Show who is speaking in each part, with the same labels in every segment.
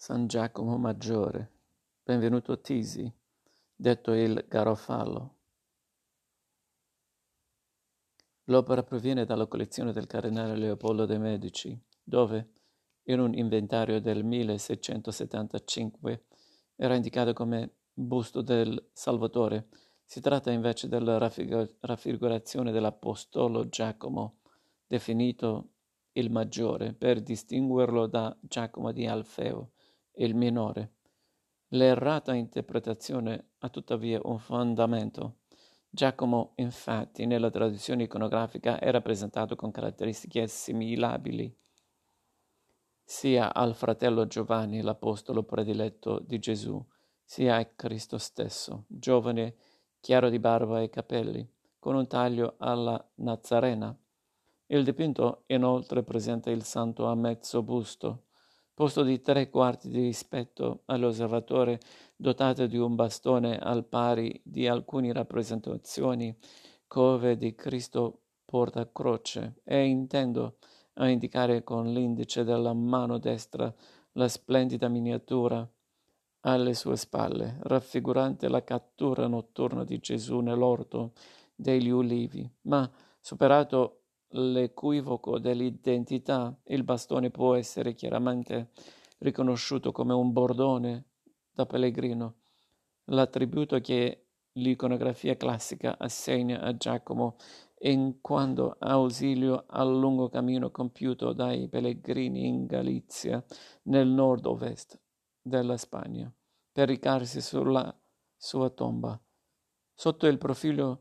Speaker 1: San Giacomo Maggiore, benvenuto Tisi, detto il Garofalo. L'opera proviene dalla collezione del cardinale Leopoldo de' Medici, dove, in un inventario del 1675, era indicato come busto del Salvatore. Si tratta invece della raffigurazione dell'Apostolo Giacomo, definito il Maggiore, per distinguerlo da Giacomo di Alfeo, il Minore. L'errata interpretazione ha tuttavia un fondamento. Giacomo, infatti, nella tradizione iconografica è rappresentato con caratteristiche assimilabili sia al fratello Giovanni, l'apostolo prediletto di Gesù, sia a Cristo stesso, giovane, chiaro di barba e capelli, con un taglio alla Nazarena. Il dipinto inoltre presenta il santo a mezzo busto, posto di 3/4 di rispetto all'osservatore, dotato di un bastone al pari di alcune rappresentazioni cove di Cristo porta croce, e intendo a indicare con l'indice della mano destra la splendida miniatura alle sue spalle, raffigurante la cattura notturna di Gesù nell'orto degli ulivi, ma superato l'equivoco dell'identità, il bastone può essere chiaramente riconosciuto come un bordone da pellegrino, l'attributo che l'iconografia classica assegna a Giacomo in quanto ausilio al lungo cammino compiuto dai pellegrini in Galizia, nel nord-ovest della Spagna, per recarsi sulla sua tomba. Sotto il profilo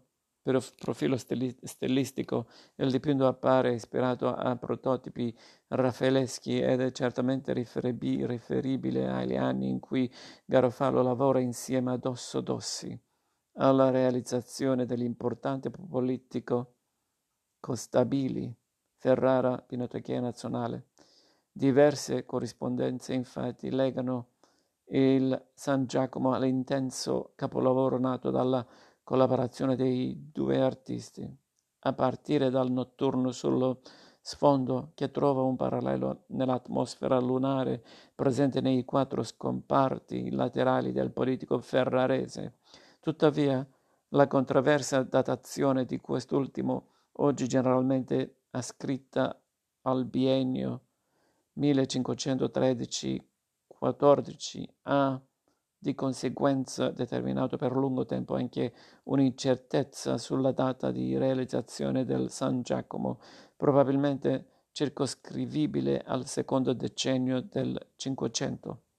Speaker 1: stilistico, il dipinto appare ispirato a prototipi raffaelleschi ed è certamente riferibile agli anni in cui Garofalo lavora insieme ad Osso Dossi alla realizzazione dell'importante polittico Costabili, Ferrara, Pinacoteca Nazionale. Diverse corrispondenze infatti legano il San Giacomo all'intenso capolavoro nato dalla collaborazione dei due artisti, a partire dal notturno sullo sfondo che trova un parallelo nell'atmosfera lunare presente nei 4 scomparti laterali del politico ferrarese. Tuttavia, la controversa datazione di quest'ultimo, oggi generalmente ascritta al biennio 1513-14, ha di conseguenza determinato per lungo tempo anche un'incertezza sulla data di realizzazione del San Giacomo, probabilmente circoscrivibile al secondo decennio del Cinquecento.